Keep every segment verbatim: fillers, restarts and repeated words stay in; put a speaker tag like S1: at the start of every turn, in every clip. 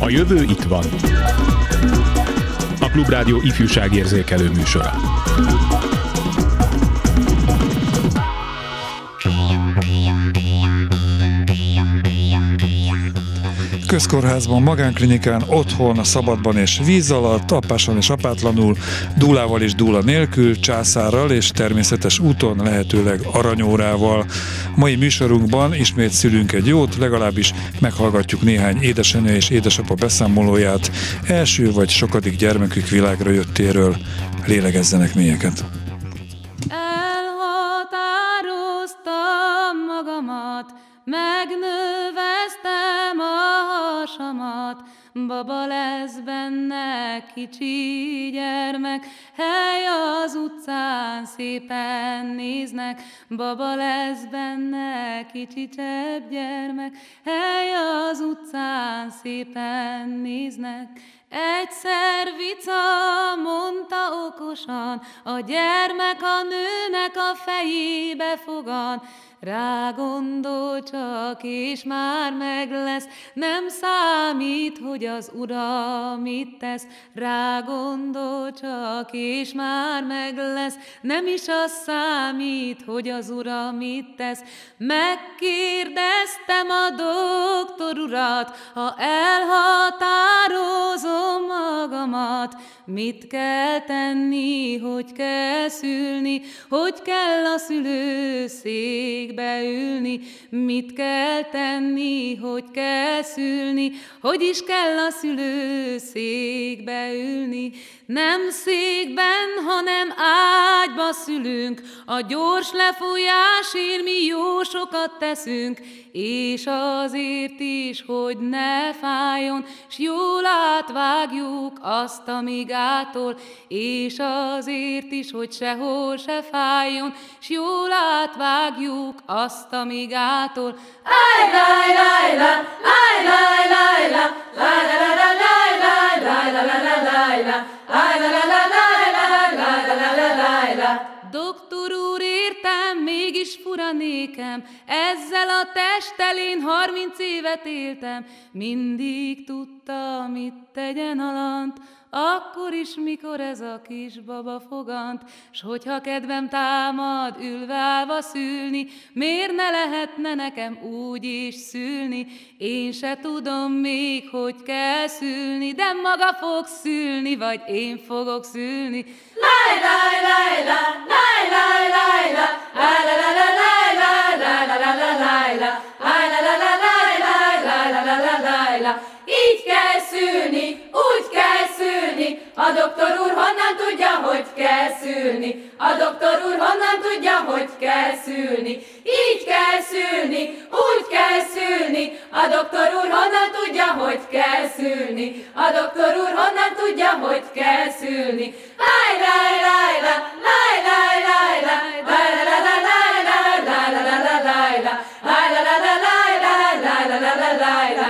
S1: A jövő itt van. A Klubrádió ifjúságérzékelő műsora.
S2: Közkórházban, magánklinikán, otthon, szabadban és víz alatt, apásan és apátlanul, dúlával és dúla nélkül, császárral és természetes úton, lehetőleg aranyórával. Mai műsorunkban ismét szülünk egy jót, legalábbis meghallgatjuk néhány édesanyja és édesapa beszámolóját első vagy sokadik gyermekük világra jöttéről. Lélegezzenek mélyeket.
S3: Elhatároztam magamat, megnöveztem a hasamat, baba lesz benne kicsi gyermek, hely az utcán szépen néznek, baba lesz benne kicsi csebb gyermek, hely az utcán szépen néznek. Egyszer vica mondta okosan, a gyermek a nőnek a fejébe fogan, rá gondol csak, és már meg lesz, nem számít, hogy az ura mit tesz. Rá gondol csak, és már meg lesz, nem is az számít, hogy az ura mit tesz. Megkérdeztem a doktor urat, ha elhatározom magamat, mit kell tenni, hogy kell szülni, hogy kell a szülőszékbe ülni, mit kell tenni, hogy kell szülni, hogy is kell a szülőszékbe ülni. Nem székben, hanem ágyba szülünk, a gyors lefolyásért mi jó sokat teszünk, és azért is, hogy ne fájjon, s jól átvágjuk azt, amíg átol, és azért is, hogy sehol se fájjon, s jól átvágjuk azt, amíg átol. Áj, láj, láj, láj, áj, láj, láj, láj, láj, láj, láj, láj, láj, láj, láj, láj, láj, doktor úr, értem, mégis fura nékem, ezzel a testtel én harminc évet éltem, mindig tudtam, mit tegyen alant, akkor is, mikor ez a kis baba fogant, s hogyha kedvem támad, ülve állva szülni, miért ne lehetne nekem úgy is szülni? Én se tudom még, hogy kell szülni, de maga fog szülni, vagy én fogok szülni. Láj, láj, láj, láj, láj, láj, láj, láj, láj, láj, láj, láj, láj, láj, láj, láj, láj, láj, így kell szülni, úgy kell szülni, a doktor úr honnan tudja, hogy kell szülni, a doktor úr honnan tudja, hogy kell szülni, így kell szülni, úgy kell szülni, a doktor úr honnan tudja, hogy kell szülni, a doktor úr honnan tudja, hogy kell szülni. Láj, láj, láj, láj, láj, láj, láj, láj, láj, láj, láj, láj, láj, láj, láj, láj, láj, láj.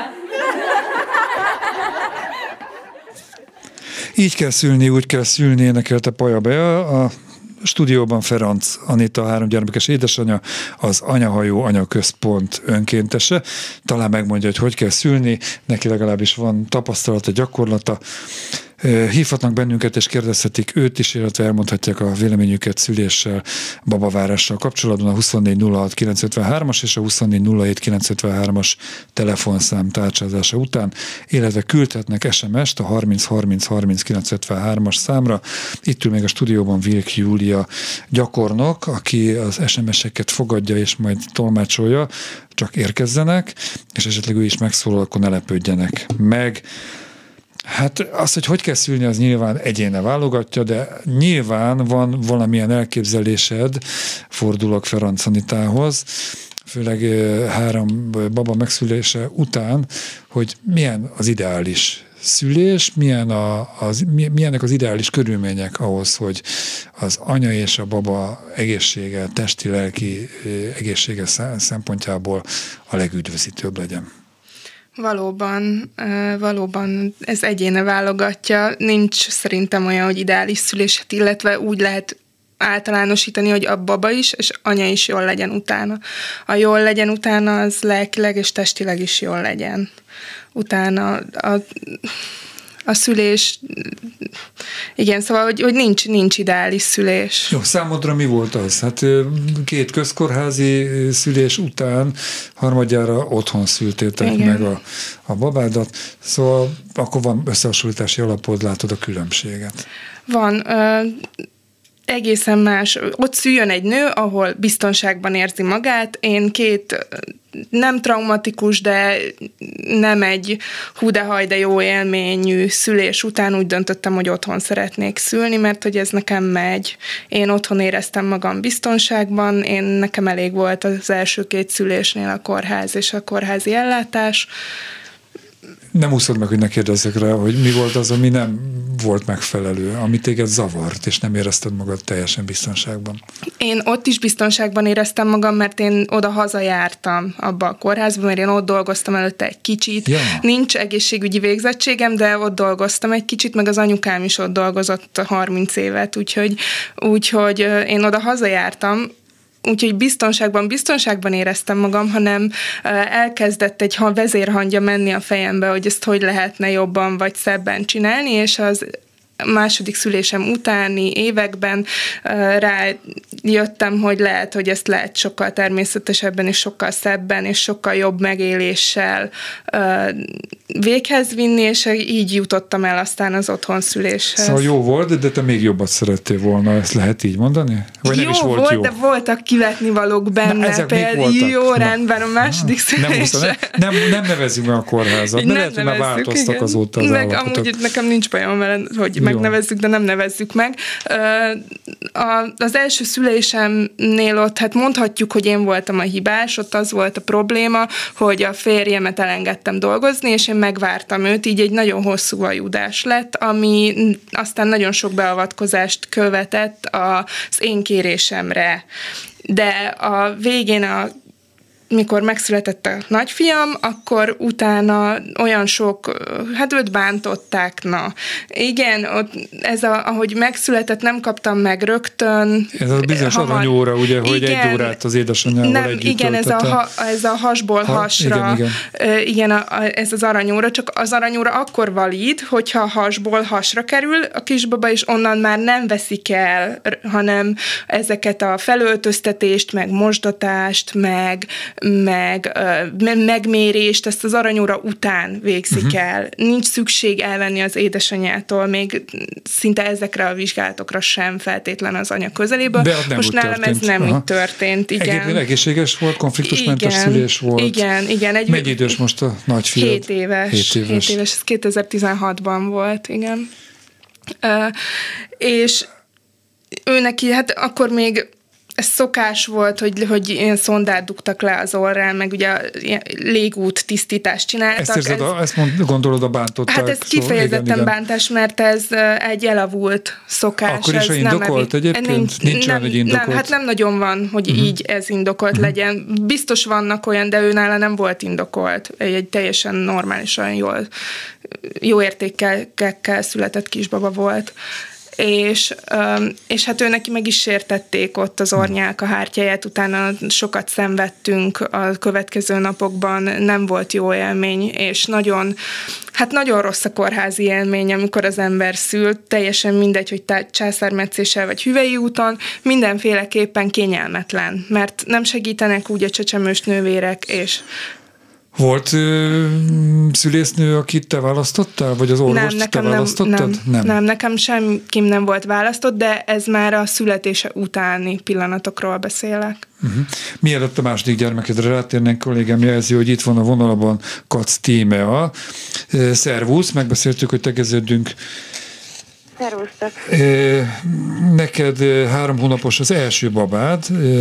S2: Így kell szülni, úgy kell szülni, énekelte Paja Bea. A stúdióban Ferenc Anita, három gyermekes édesanyja, az Anyahajó Anyaközpont önkéntese. Talán megmondja, hogy hogy kell szülni, neki legalábbis van tapasztalata, gyakorlata. Hívhatnak bennünket és kérdezhetik őt is, illetve elmondhatják a véleményüket szüléssel, babavárással kapcsolatban a huszonnégy nulla hat kilencszázötvenhármas és a huszonnégy nulla hét kilencszázötvenhármas telefonszám tárcsázása után, illetve küldhetnek es em est a harminc harminc harminc kilencszázötvenhármas számra. Itt ül még a stúdióban Vilk Júlia gyakornok, aki az es em eseket fogadja és majd tolmácsolja, csak érkezzenek, és esetleg ő is megszólal, akkor ne lepődjenek meg. Hát az, hogy hogy kell szülni, az nyilván egyéne válogatja, de nyilván van valamilyen elképzelésed, fordulok Ferenc Anitához, főleg három baba megszülése után, hogy milyen az ideális szülés, milyen a, az, milyenek az ideális körülmények ahhoz, hogy az anya és a baba egészsége, testi-lelki egészsége szempontjából a legüdvözítőbb legyen.
S4: Valóban, valóban ez egyéne válogatja. Nincs szerintem olyan, hogy ideális szülés, illetve úgy lehet általánosítani, hogy a baba is, és anya is jól legyen utána. A jól legyen utána, az lelkileg és testileg is jól legyen. Utána a, a szülés, igen, szóval, hogy, hogy nincs, nincs ideális szülés.
S2: Jó, számodra mi volt az? Hát két közkórházi szülés után harmadjára otthon szültétek igen. meg a, a babádat, szóval akkor van összehasonlítási alapod, látod a különbséget.
S4: Van, ö, egészen más. Ott szüljön egy nő, ahol biztonságban érzi magát. Én két nem traumatikus, de nem egy hú de haj, de jó élményű szülés után úgy döntöttem, hogy otthon szeretnék szülni, mert hogy ez nekem megy. Én otthon éreztem magam biztonságban, én nekem elég volt az első két szülésnél a kórház és a kórházi ellátás.
S2: Nem úszod meg, hogy ne kérdezzek rá, hogy mi volt az, ami nem volt megfelelő, ami téged zavart, és nem érezted magad teljesen biztonságban.
S4: Én ott is biztonságban éreztem magam, mert én oda-haza jártam abba a kórházba, mert én ott dolgoztam előtte egy kicsit. Ja. Nincs egészségügyi végzettségem, de ott dolgoztam egy kicsit, meg az anyukám is ott dolgozott harminc évet, úgyhogy, úgyhogy én oda-haza jártam, úgyhogy biztonságban, biztonságban éreztem magam, hanem elkezdett egy vezérhangja menni a fejembe, hogy ezt hogy lehetne jobban vagy szebben csinálni, és az második szülésem utáni években rájöttem, hogy lehet, hogy ezt lehet sokkal természetesebben és sokkal szebben és sokkal jobb megéléssel véghez vinni, és így jutottam el aztán az otthonszüléshez.
S2: Szóval jó volt, de te még jobbat szerettél volna, ezt lehet így mondani? Vagy
S4: jó
S2: nem is volt,
S4: volt
S2: jó?
S4: De voltak kivetni valók benne.
S2: Na,
S4: például jó, na, rendben, a második szülésre.
S2: Nem, nem, nem nevezzük meg a kórházat, de lehet, hogy már változtak igen. azóta az
S4: meg állapotok. Amúgy nekem nincs bajom vele, hogy megnevezzük, de nem nevezzük meg. Az első szülésemnél ott, hát mondhatjuk, hogy én voltam a hibás, ott az volt a probléma, hogy a férjemet elengedtem dolgozni, és én megvártam őt, így egy nagyon hosszú vajudás lett, ami aztán nagyon sok beavatkozást követett az én kérésemre. De a végén a mikor megszületett a nagyfiam, akkor utána olyan sok, hát őt bántották, na. Igen, ott ez a, ahogy megszületett, nem kaptam meg rögtön.
S2: Ez a bizonyos hamar, aranyóra, ugye, hogy igen, egy órát az édesanyjával nem, együtt
S4: igen, ez a, ha, ez a hasból ha, hasra. Igen, igen. igen a, a, ez az aranyóra, csak az aranyóra akkor valid, hogyha hasból hasra kerül a kisbaba, és onnan már nem veszik el, hanem ezeket a felöltöztetést, meg mosdatást, meg meg uh, megmérést, ezt az aranyóra után végzik uh-huh. el. Nincs szükség elvenni az édesanyától, még szinte ezekre a vizsgálatokra sem feltétlen az anya közeléből. Most nálam történt. Ez nem Aha. úgy történt. Igen.
S2: Egyébként egészséges volt, konfliktusmentes igen, szülés volt.
S4: Igen, igen. Egy
S2: Mennyi idős most a nagyfiad?
S4: Hét éves. Hét éves. Hét éves, ez kétezer-tizenhatban volt, igen. Uh, és ő neki, hát akkor még ez szokás volt, hogy, hogy ilyen szondát dugtak le az orrán, meg ugye légút tisztítást csináltak.
S2: Ezt, érzed, ez, ezt mond, gondolod a bántottak?
S4: Hát ez kifejezetten szóval, igen, bántás, mert ez egy elavult szokás.
S2: Akkor is,
S4: ez
S2: indokolt nem, egyébként? Nincs, nincs
S4: nem,
S2: olyan, hogy indokolt?
S4: Nem, hát nem nagyon van, hogy uh-huh. így ez indokolt uh-huh. legyen. Biztos vannak olyan, de őnála nem volt indokolt. Egy, egy teljesen normálisan jól, jó értékekkel született kisbaba volt. És, és hát ő neki meg is sértették ott az ornyálka hártyáját, utána sokat szenvedtünk a következő napokban, nem volt jó élmény, és nagyon, hát nagyon rossz a kórházi élmény, amikor az ember szül, teljesen mindegy, hogy császármetszéssel vagy hüvei úton, mindenféleképpen kényelmetlen, mert nem segítenek úgy a csecsemős nővérek, és
S2: volt ö, szülésznő, akit te választottál? Vagy az orvost
S4: nem,
S2: te választottad?
S4: Nem, nem, nem, nekem semkim nem volt választott, de ez már a születése utáni pillanatokról beszélek.
S2: Uh-huh. Mielőtt a második gyermekedre rátérnénk, kollégám jelzi, hogy itt van a vonalban Kac Tímea. Szervusz, megbeszéltük, hogy tegeződünk.
S5: Szervusztok.
S2: Neked három hónapos az első babád,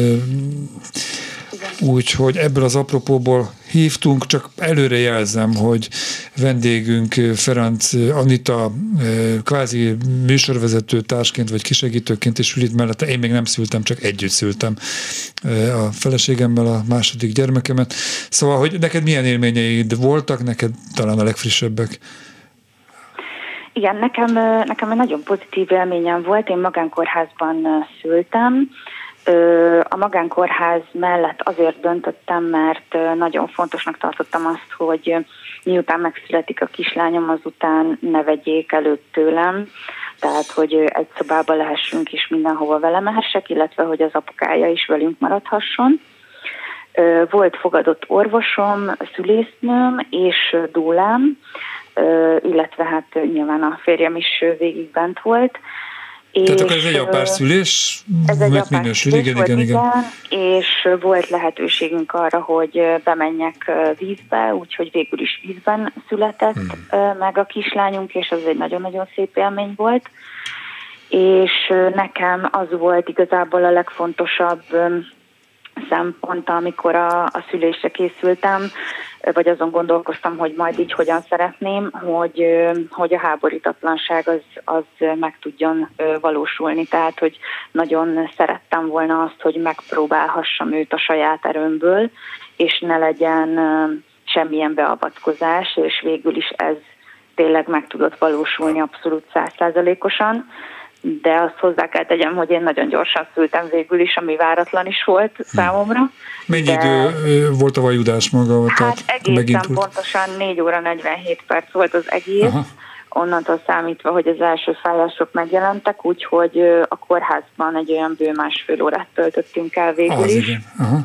S2: úgyhogy ebből az apropóból hívtunk, csak előre jelzem, hogy vendégünk Ferenc Anita kvázi műsorvezető társként vagy kisegítőként is ül itt mellette. Én még nem szültem, csak együtt szültem a feleségemmel a második gyermekemet. Szóval, hogy neked milyen élményeid voltak, neked talán a legfrissebbek?
S5: Igen, nekem, nekem egy nagyon pozitív élményem volt, én magánkórházban szültem. A magánkórház mellett azért döntöttem, mert nagyon fontosnak tartottam azt, hogy miután megszületik a kislányom, azután ne vegyék előtt tőlem, tehát hogy egy szobába lehessünk és mindenhova vele mehessek, illetve hogy az apukája is velünk maradhasson. Volt fogadott orvosom, szülésznőm és dúlám, illetve hát nyilván a férjem is végig bent volt.
S2: Tehát akkor ez egy apárszülés?
S5: Ez egy apárszülés
S2: igen,
S5: volt,
S2: igen, igen.
S5: És volt lehetőségünk arra, hogy bemenjek vízbe, úgyhogy végül is vízben született hmm. meg a kislányunk, és ez egy nagyon-nagyon szép élmény volt. És nekem az volt igazából a legfontosabb szempont, amikor a, a szülésre készültem, vagy azon gondolkoztam, hogy majd így hogyan szeretném, hogy, hogy a háborítatlanság az, az meg tudjon valósulni. Tehát, hogy nagyon szerettem volna azt, hogy megpróbálhassam őt a saját erőmből, és ne legyen semmilyen beavatkozás, és végül is ez tényleg meg tudott valósulni abszolút száz százalékosan. De azt hozzá kell tegyem, hogy én nagyon gyorsan szültem végül is, ami váratlan is volt számomra.
S2: Mennyi
S5: de...
S2: idő volt a vajudás maga?
S5: Hát egészen pontosan négy óra negyvenhét perc volt az egész, aha. Onnantól számítva, hogy az első fájások megjelentek, úgyhogy a kórházban egy olyan bő másfél órát töltöttünk el végül
S2: az
S5: is.
S2: Igen. Aha.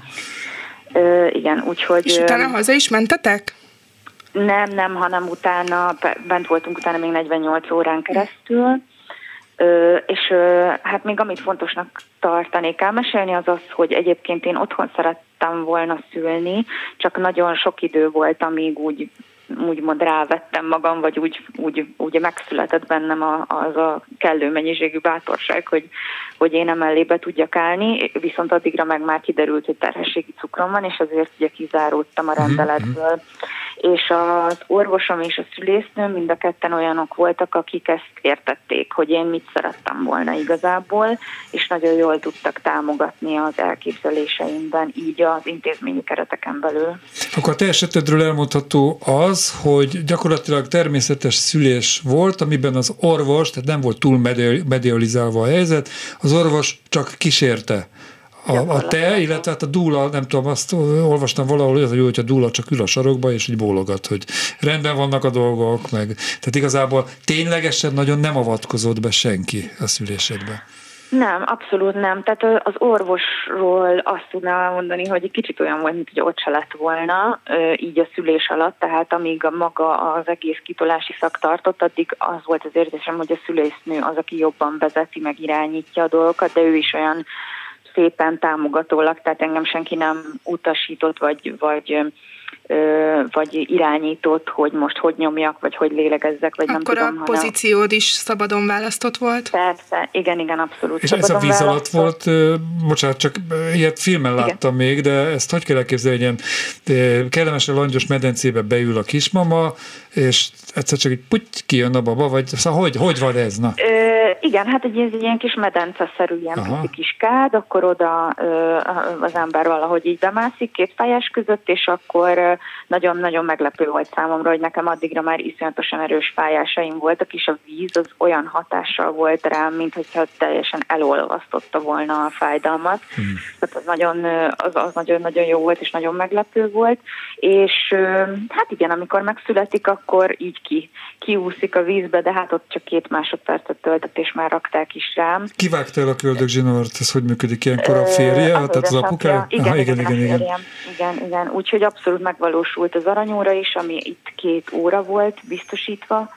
S5: Ö, igen, úgyhogy...
S4: És utána haza is mentetek?
S5: Nem, nem, hanem utána, bent voltunk utána még negyvennyolc órán keresztül, Ö, és ö, hát még amit fontosnak tartanék elmesélni, az az, hogy egyébként én otthon szerettem volna szülni, csak nagyon sok idő volt, amíg úgy úgymond rávettem magam, vagy úgy, úgy, úgy megszületett bennem a, az a kellő mennyiségű bátorság, hogy, hogy én emellébe tudjak állni, viszont addigra meg már kiderült, hogy terhességi cukrom van, és azért ugye kizáródtam a rendeletből. És az orvosom és a szülésznőm mind a ketten olyanok voltak, akik ezt értették, hogy én mit szerettem volna igazából, és nagyon jól tudtak támogatni az elképzeléseimben, így az intézményi kereteken belül.
S2: Akkor a te esetedről elmondható az, hogy gyakorlatilag természetes szülés volt, amiben az orvos, tehát nem volt túl medializálva a helyzet, az orvos csak kísérte. A, a te, illetve hát a dúla, nem tudom, azt olvastam valahol, hogy a dúla csak ül a sarokba, és így bólogat, hogy rendben vannak a dolgok, meg. Tehát igazából ténylegesen nagyon nem avatkozott be senki a szülésedbe.
S5: Nem, abszolút nem. Tehát az orvosról azt tudnám mondani, hogy egy kicsit olyan volt, mint hogy ott se lett volna, így a szülés alatt, tehát amíg a maga az egész kitolási szak tartott, addig az volt az érzésem, hogy a szülésznő az, aki jobban vezeti, meg irányítja a dolgokat, de ő is olyan szépen támogatólag, tehát engem senki nem utasított, vagy, vagy, vagy irányított, hogy most hogy nyomjak, vagy hogy lélegezzek, vagy
S4: akkor
S5: nem tudom.
S4: Akkor a pozíciód hanem... is szabadon választott volt?
S5: Persze, igen, igen, abszolút.
S2: És ez a víz alatt volt, bocsánat, csak ilyet filmen láttam igen. még, de ezt hogy kell elképzelni, hogy ilyen kellemesen langyos medencébe beül a kismama, és egyszer csak egy puty kijön a baba, vagy szóval hogy, hogy van ez? Na?
S5: Ö, igen, hát egy, egy ilyen kis medenceszerű, ilyen pici kis kád, akkor oda ö, az ember valahogy így bemászik két pályás között, és akkor nagyon-nagyon meglepő volt számomra, hogy nekem addigra már iszonyatosan erős fájásaim voltak, és a víz az olyan hatással volt rám, mint hogyha teljesen elolvasztotta volna a fájdalmat. Hmm. Tehát az nagyon, az, az nagyon-nagyon jó volt, és nagyon meglepő volt. És hát igen, amikor megszületik, akkor így ki, kiúszik a vízbe, de hát ott csak két másodpercet töltött, és már rakták is rám.
S2: Kivágta el a köldögzsinort? Ez hogy működik ilyenkor a férje?
S5: Ö,
S2: tehát az apukája?
S5: Igen,
S2: Aha,
S5: igen,
S2: igen, igen,
S5: igen,
S2: igen.
S5: igen, igen. Úgyhogy abszolút megvalósult az aranyóra is, ami itt két óra volt biztosítva.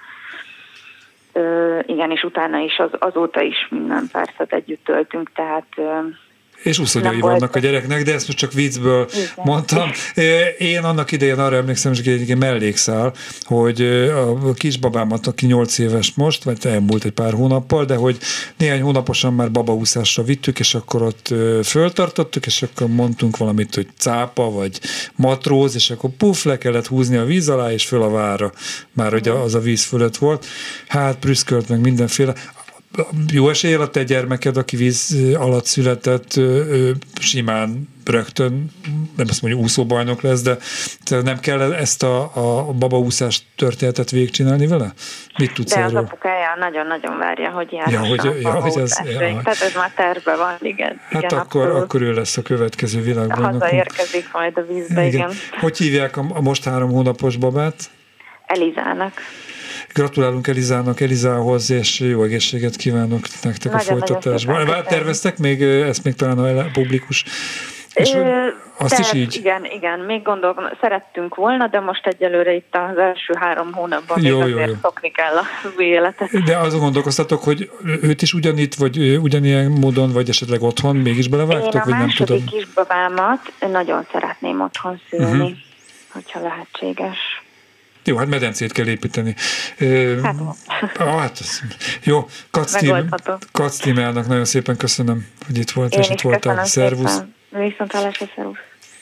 S5: Ö, igen, és utána is, az, azóta is minden percet együtt töltünk, tehát...
S2: És uszonyai vannak a gyereknek, de ezt most csak viccből igen. mondtam. Én annak idején arra emlékszem, hogy egy mellékszál, hogy a kisbabámat, aki nyolc éves most, vagy elmúlt egy pár hónappal, de hogy néhány hónaposan már babaúszásra vittük, és akkor ott föltartottuk, és akkor mondtunk valamit, hogy cápa, vagy matróz, és akkor puf, le kellett húzni a víz alá, és föl a várra, már hogy az a víz fölött volt. Hát prüszkölt meg mindenféle. jó eséllyel a te gyermeked, aki víz alatt született, ő simán rögtön, nem azt mondjuk úszóbajnok lesz, de nem kell ezt a, a babaúszás történetet végigcsinálni vele? Mit tudsz
S5: de
S2: erről?
S5: De az apukája nagyon-nagyon várja, hogy járjon
S2: ja, hogy, ja, hogy ez, ja.
S5: Tehát ez már tervben van, igen.
S2: Hát
S5: igen,
S2: akkor, akkor ő lesz a következő világbajnok.
S5: Hazaérkezik majd a vízbe, igen. igen.
S2: Hogy hívják a, a most három hónapos babát?
S5: Elizának.
S2: Gratulálunk Elizának, Elizához, és jó egészséget kívánok nektek nagyon, a folytatásban. Terveztek még, ezt még talán a publikus, és Ö, azt
S5: terv,
S2: is így?
S5: Igen, igen, még gondolom, szerettünk volna, de most egyelőre itt az első három hónapban jó, még jó, azért jó. szokni kell a új életet.
S2: De azon gondolkoztatok, hogy őt is ugyanitt, vagy ugyanilyen módon, vagy esetleg otthon mégis belevágtok?
S5: Én a
S2: vagy nem tudom?
S5: második kisbabámat nagyon szeretném otthon szülni, uh-huh. hogyha lehetséges.
S2: Jó, hát medencét kell építeni.
S5: Hát,
S2: ah, hát jó, Kac Tímeának nagyon szépen köszönöm, hogy itt volt,
S5: Én
S2: és itt voltál. Szervusz.
S5: Viszontlátásra, szervusz.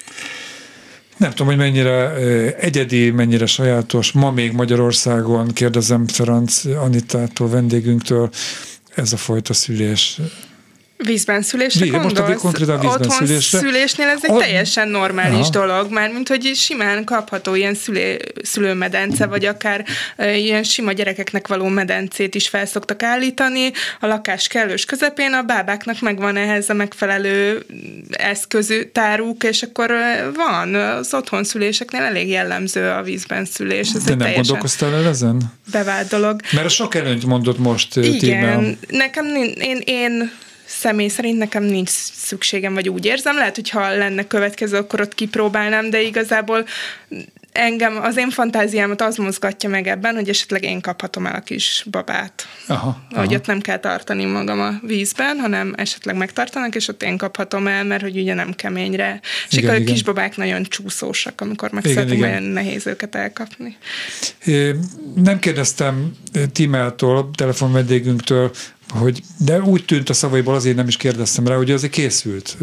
S2: Nem tudom, hogy mennyire egyedi, mennyire sajátos. Ma még Magyarországon, kérdezem Ferenc Anitától, vendégünktől, ez a fajta szülés.
S4: Vízben szülésre
S2: Víz,
S4: gondolsz?
S2: Most konkrétan vízben
S4: Otthon
S2: szülésre.
S4: szülésnél ez egy a... teljesen normális Aha. dolog, már mint hogy simán kapható ilyen szülé, szülőmedence, vagy akár e, ilyen sima gyerekeknek való medencét is fel szoktak állítani. A lakás kellős közepén a bábáknak megvan ehhez a megfelelő eszköztáruk, és akkor van. Az otthon szüléseknél elég jellemző a vízben szülés. Ez
S2: De nem gondolkoztál el ezen?
S4: Bevált dolog.
S2: Mert sok előnyt mondott most.
S4: Igen,
S2: Tímea.
S4: nekem én, én személy szerint nekem nincs szükségem, vagy úgy érzem. Lehet, hogyha lenne következő, akkor ott kipróbálnám, de igazából engem, az én fantáziámat az mozgatja meg ebben, hogy esetleg én kaphatom el a kis babát.
S2: Aha,
S4: hogy
S2: aha.
S4: ott nem kell tartani magam a vízben, hanem esetleg megtartanak, és ott én kaphatom el, mert hogy ugye nem keményre. És igen, a kisbabák nagyon csúszósak, amikor megszületnek, nagyon nehéz őket elkapni. É,
S2: nem kérdeztem Tímeától, telefonvendégünktől, hogy, de úgy tűnt a szavaiból, azért nem is kérdeztem rá, hogy azért készült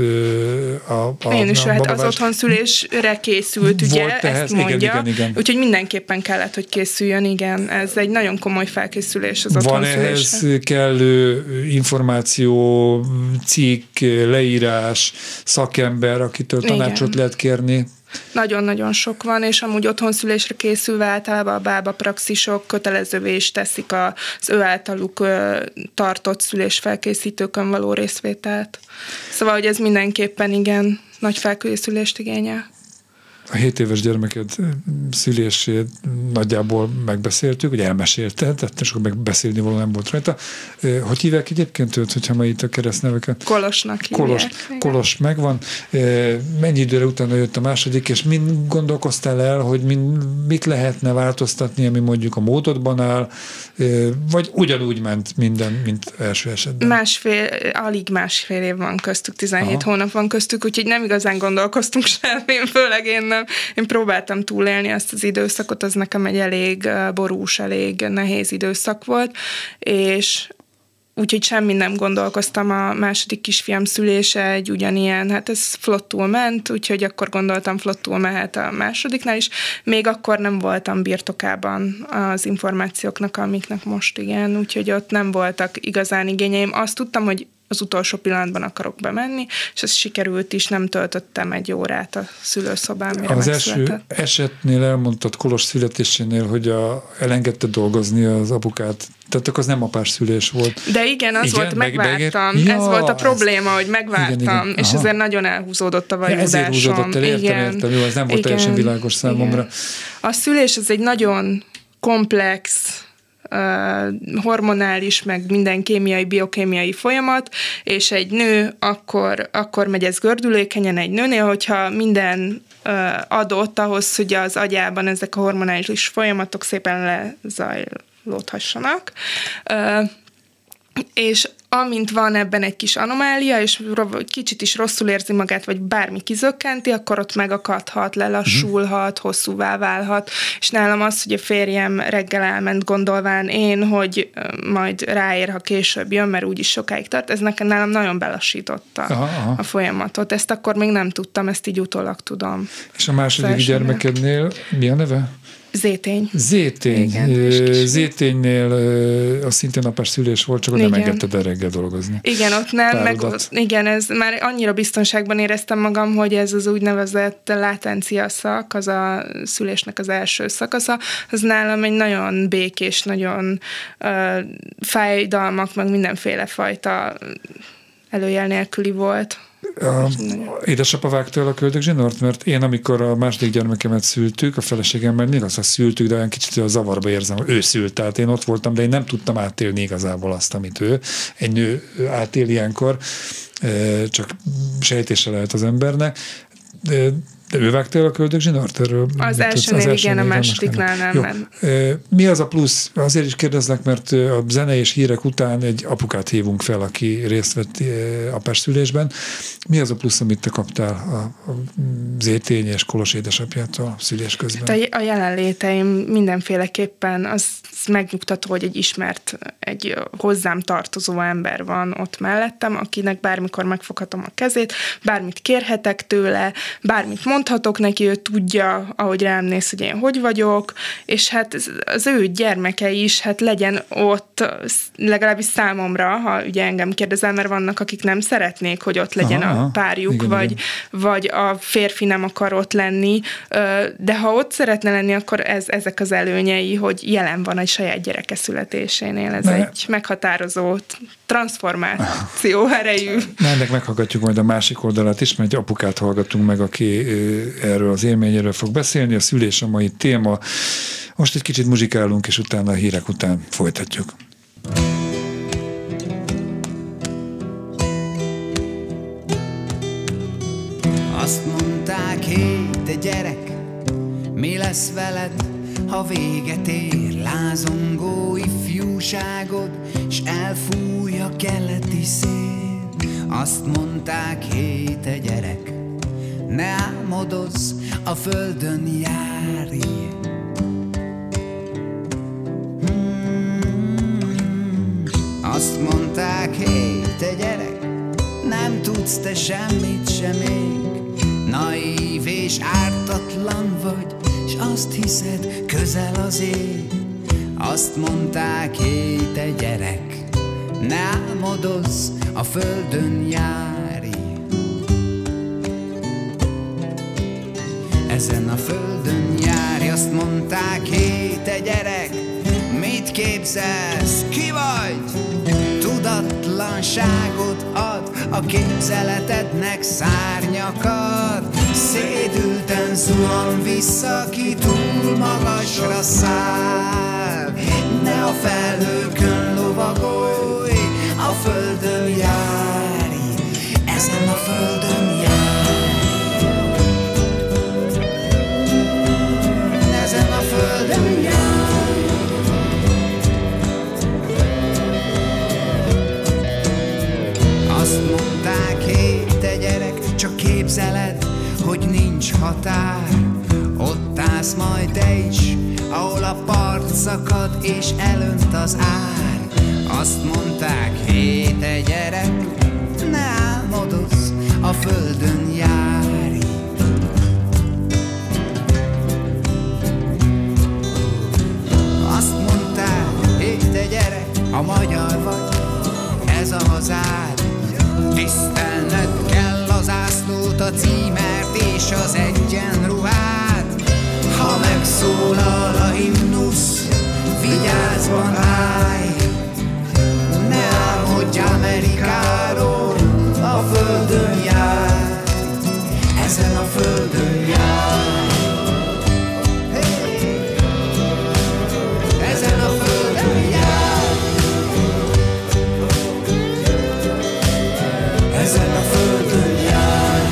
S2: a, a
S4: Én is,
S2: a
S4: hát az otthonszülésre készült, ugye,
S2: volt ehhez,
S4: ezt mondja.
S2: Igen, igen, igen.
S4: Úgyhogy mindenképpen kellett, hogy készüljön, igen. Ez egy nagyon komoly felkészülés az otthonszülésre.
S2: Van ehhez kellő információ, cikk, leírás, szakember, akitől tanácsot igen. lehet kérni?
S4: Nagyon-nagyon sok van, és amúgy otthonszülésre készülve általában a bábapraxisok kötelezővé is teszik az ő általuk tartott szülésfelkészítőkön való részvételt. Szóval, hogy ez mindenképpen igen nagy felkészülést igényel.
S2: A hét éves gyermeked szülését nagyjából megbeszéltük, ugye elmesélted, tehát sok megbeszélni való nem volt rajta. Hogy hívják egyébként őt, hogyha ma itt a keresztneveket?
S4: Kolosnak hívják.
S2: Kolos, Kolos megvan. Mennyi időre utána jött a második, és mind gondolkoztál el, hogy mind, mit lehetne változtatni, ami mondjuk a módodban áll, vagy ugyanúgy ment minden, mint első esetben?
S4: Másfél, alig másfél év van köztük, tizenhét Aha. hónap van köztük, úgyhogy nem igazán gondolkoztunk semmi, főleg én nem. Én próbáltam túlélni ezt az időszakot, az nekem egy elég borús, elég nehéz időszak volt, és úgyhogy semmi nem gondolkoztam, a második kisfiam szülése egy ugyanilyen, hát ez flottul ment, úgyhogy akkor gondoltam, flottul mehet a másodiknál is. Még akkor nem voltam birtokában az információknak, amiknek most igen, úgyhogy ott nem voltak igazán igényeim. Azt tudtam, hogy az utolsó pillanatban akarok bemenni, és ez sikerült is, nem töltöttem egy órát a szülőszobán, mire
S2: Az
S4: megszületett.
S2: első esetnél elmondtad Kolos születésénél, hogy a, elengedte dolgozni az apukát. Tehát akkor az nem apás szülés volt.
S4: De igen, az igen, volt, megvártam. Ja, ez volt a probléma, ez... hogy megvártam, igen, igen. És ezért nagyon elhúzódott a vajúdásom. Ezért húzódott el, értem,
S2: igen, értem. Jó, ez nem volt igen, teljesen világos számomra. Igen.
S4: A szülés az egy nagyon komplex, Uh, hormonális, meg minden kémiai, biokémiai folyamat, és egy nő akkor, akkor megy ez gördülékenyen egy nőnél, hogyha minden uh, adott ahhoz, hogy az agyában ezek a hormonális folyamatok szépen lezajlódhassanak. Uh, és amint van ebben egy kis anomália, és kicsit is rosszul érzi magát, vagy bármi kizökkenti, akkor ott megakadhat, lelassulhat, hosszúvá válhat, és nálam az, hogy a férjem reggel elment gondolván én, hogy majd ráér, ha később jön, mert úgyis sokáig tart, ez nekem nálam nagyon belassította aha, aha. a folyamatot. Ezt akkor még nem tudtam, ezt így utólag tudom.
S2: És a második gyermekednél mi a neve?
S4: Zétény.
S2: Zétény. Zéténynél az szintén napás szülés volt, csak ott nem engedted el reggel dolgozni.
S4: Igen, ott nem, meg ott, igen, ez már annyira biztonságban éreztem magam, hogy ez az úgynevezett látencia szak, az a szülésnek az első szakasza, az nálam egy nagyon békés, nagyon uh, fájdalmak, meg mindenféle fajta előjel nélküli volt.
S2: A édesapa vágta el a köldögzsinort, mert én, amikor a második gyermekemet szültük, a feleségemmel még azt szültük, de olyan kicsit a zavarba érzem, hogy ő szült, tehát én ott voltam, de én nem tudtam átélni igazából azt, amit ő. Egy nő átél ilyenkor, csak sejtése lehet az embernek. De De ő vágta el a köldögzsinort? Erről
S4: az elsőnél igen, a másodiknál nem. nem.
S2: Mi az a plusz? Azért is kérdezlek, mert a zene és hírek után egy apukát hívunk fel, aki részt vett apás szülésben. Mi az a plusz, amit te kaptál a Zétény és Kolos édesapjától szülés közben?
S4: A jelenléteim mindenféleképpen az megnyugtató, hogy egy ismert, egy hozzám tartozó ember van ott mellettem, akinek bármikor megfoghatom a kezét, bármit kérhetek tőle, bármit mondhatok neki, ő tudja, ahogy rám néz, hogy én hogy vagyok, és hát az ő gyermeke is, hát legyen ott legalábbis számomra, ha ugye engem kérdezel, mert vannak, akik nem szeretnék, hogy ott legyen aha, a párjuk, igen, vagy, igen. vagy a férfi nem akar ott lenni, de ha ott szeretne lenni, akkor ez, ezek az előnyei, hogy jelen van egy saját gyereke születésénél. Ez ne. egy meghatározó transformáció erejű.
S2: Na, ennek meghallgatjuk majd a másik oldalát is, mert egy apukát hallgatunk meg, aki erről az élményéről fog beszélni. A szülés a mai téma. Most egy kicsit muzsikálunk, és utána a hírek után folytatjuk.
S6: Azt mondták, hé, te gyerek, mi lesz veled, ha véget ér lázongó ifjúságod, s elfúj a keleti szél. Azt mondták, hé, te gyerek, ne álmodozz, a földön járj. Hmm. Azt mondták, hé, te gyerek, nem tudsz te semmit sem még, naív és ártatlan vagy, s azt hiszed, közel az ég. Azt mondták, hé, te gyerek, ne álmodozz, a földön járj. Ezen a földön járj. Azt mondták, hé, te gyerek, mit képzelsz, ki vagy? Tudatlanságot ad a képzeletednek szárnyakat. Szédülten zuhan vissza, ki túl magasra száll. Ne a felhőkön lovagolj, a földön járj. Ezen a földön járj. Ezen a földön járj. Azt mondták, hé, te gyerek, csak képzeled, hogy nincs határ. Ott állsz majd te is, ahol a part szakad és elönt az ár. Azt mondták, hé, te gyerek, ne álmodozz, a földön járj. Azt mondták, hé, te gyerek, a magyar vagy, ez a hazád. Tisztelned kell az ászlót, a címert és az egyenruhát. Ha megszólal a himnusz, vigyázban állj. Ne álmodj Amerikáról, a földön járj. Ezen a földön járj. Ezen a földön járj. Ezen a földön járj.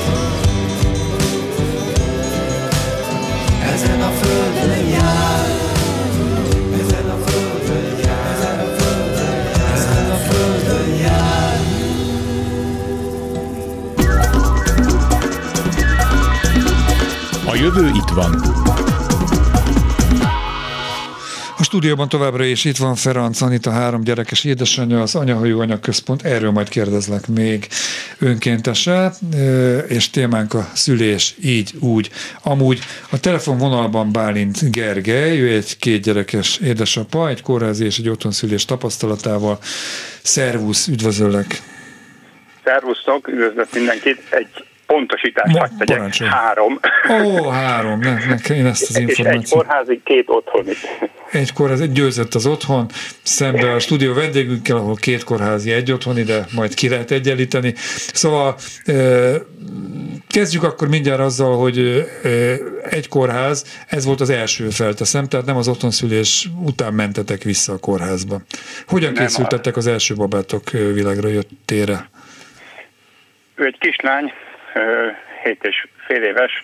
S6: Ezen a földön járj. Ezen a földön járj. Ezen a földön járj.
S1: A jövő itt van.
S2: A stúdióban továbbra is itt van Ferenc Anita, három gyerekes édesanyja, az Anyahajú Anyaközpont, erről majd kérdezlek még önkéntese, és témánk a szülés így, úgy, amúgy. A telefonvonalban Bálint Gergely, ő egy két gyerekes édesapa, egy kórházi és egy otthonszülés tapasztalatával. Szervusz, üdvözöllek!
S7: Szervusztok, üdvözlök mindenkit! Egy pontosítást hadd tegyek,
S2: parancsolj.
S7: három.
S2: Ó, három, ne, ne, én ezt az információt.
S7: És egy kórházi, két otthoni.
S2: Egy kórházi, egy győzött az otthon, szembe a stúdió vendégünkkel, ahol két kórházi, egy otthoni, de majd ki lehet egyenlíteni. Szóval kezdjük akkor mindjárt azzal, hogy egy kórház, ez volt az első, felteszem, tehát nem az otthonszülés után mentetek vissza a kórházba. Hogyan nem készültettek az első babátok világra jöttére?
S7: Ő egy kislány, hét és fél éves,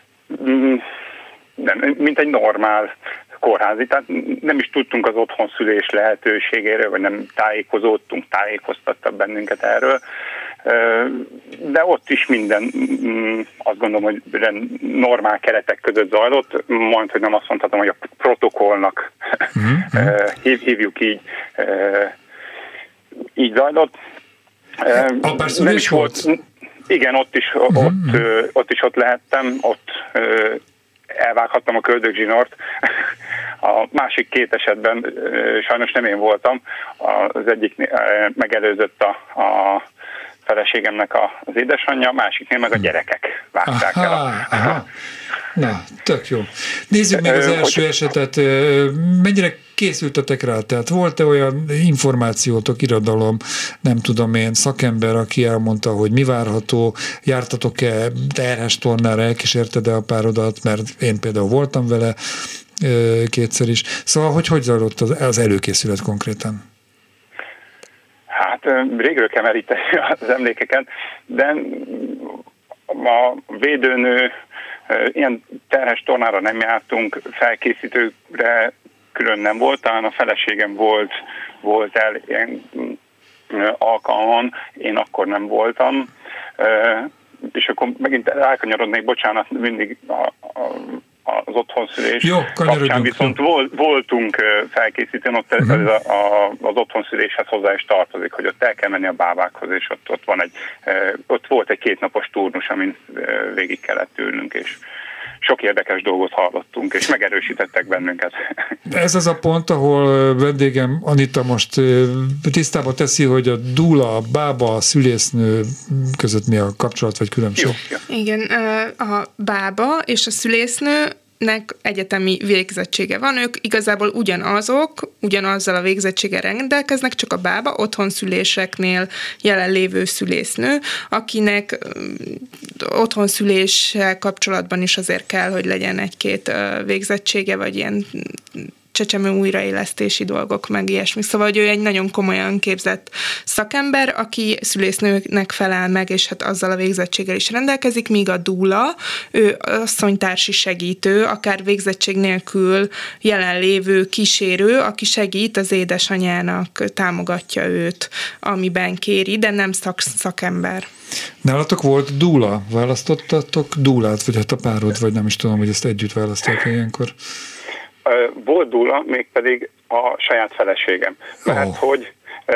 S7: nem, mint egy normál kórházi, tehát nem is tudtunk az otthonszülés lehetőségéről, vagy nem tájékozódtunk, tájékoztattak bennünket erről, de ott is minden, azt gondolom, hogy normál keretek között zajlott, majd, hogy nem azt mondhatom, hogy a protokollnak mm-hmm. hívjuk így, így zajlott.
S2: Apárszülés volt?
S7: volt? Igen, ott is, uh-huh. ott, ö, ott is ott lehettem, ott ö, elvághattam a köldögzsinort. A másik két esetben ö, sajnos nem én voltam, az egyik ö, megelőzött a, a feleségemnek a, az édesanyja, a másiknél meg a gyerekek vágták aha, el. A,
S2: aha. Na, tök jó. Nézzük meg az első esetet. Mennyire készültetek rá? Tehát volt-e olyan információtok, irodalom, nem tudom én, szakember, aki elmondta, hogy mi várható, jártatok-e terhes tornára, elkísérted-e a párodat, mert én például voltam vele kétszer is. Szóval, hogy hogy zajlott az, az előkészület konkrétan?
S7: Hát régről kell meríteni az emlékeket, de a védőnő, ilyen terhes tornára nem jártunk, felkészítőre külön nem volt, talán a feleségem volt, volt el ilyen alkalmon, én akkor nem voltam, és akkor megint elkanyarodnék, bocsánat, mindig a, a, az otthonszülés
S2: jó,
S7: kapcsán viszont vol, voltunk felkészítőn, ott uh-huh. ez a, a, az otthonszüléshez hozzá is tartozik, hogy ott el kell menni a bábákhoz, és ott, ott, van egy, ott volt egy kétnapos turnus, amin végig kellett ülnünk, és sok érdekes dolgot hallottunk, és megerősítettek bennünket.
S2: Ez az a pont, ahol vendégem Anita most tisztába teszi, hogy a dúla, a bába, a szülésznő között mi a kapcsolat vagy különbség?
S7: Jó, jó.
S4: Igen, a bába és a szülésznő nek egyetemi végzettsége van, ők igazából ugyanazok, ugyanazzal a végzettséggel rendelkeznek, csak a bába otthonszüléseknél jelenlévő szülésznő, akinek otthonszüléssel kapcsolatban is azért kell, hogy legyen egy-két végzettsége, vagy ilyen csecsemő újraélesztési dolgok, meg ilyesmi. Szóval, hogy ő egy nagyon komolyan képzett szakember, aki szülésznőnek felel meg, és hát azzal a végzettséggel is rendelkezik, míg a dúla, ő asszonytársi segítő, akár végzettség nélkül jelenlévő kísérő, aki segít az édesanyának, támogatja őt, amiben kéri, de nem szak- szakember.
S2: Nálatok volt dúla? Választottatok dúlát, vagy hát a párod, vagy nem is tudom, hogy ezt együtt választják ilyenkor?
S7: Volt dúla, mégpedig a saját feleségem. Mert oh. hogy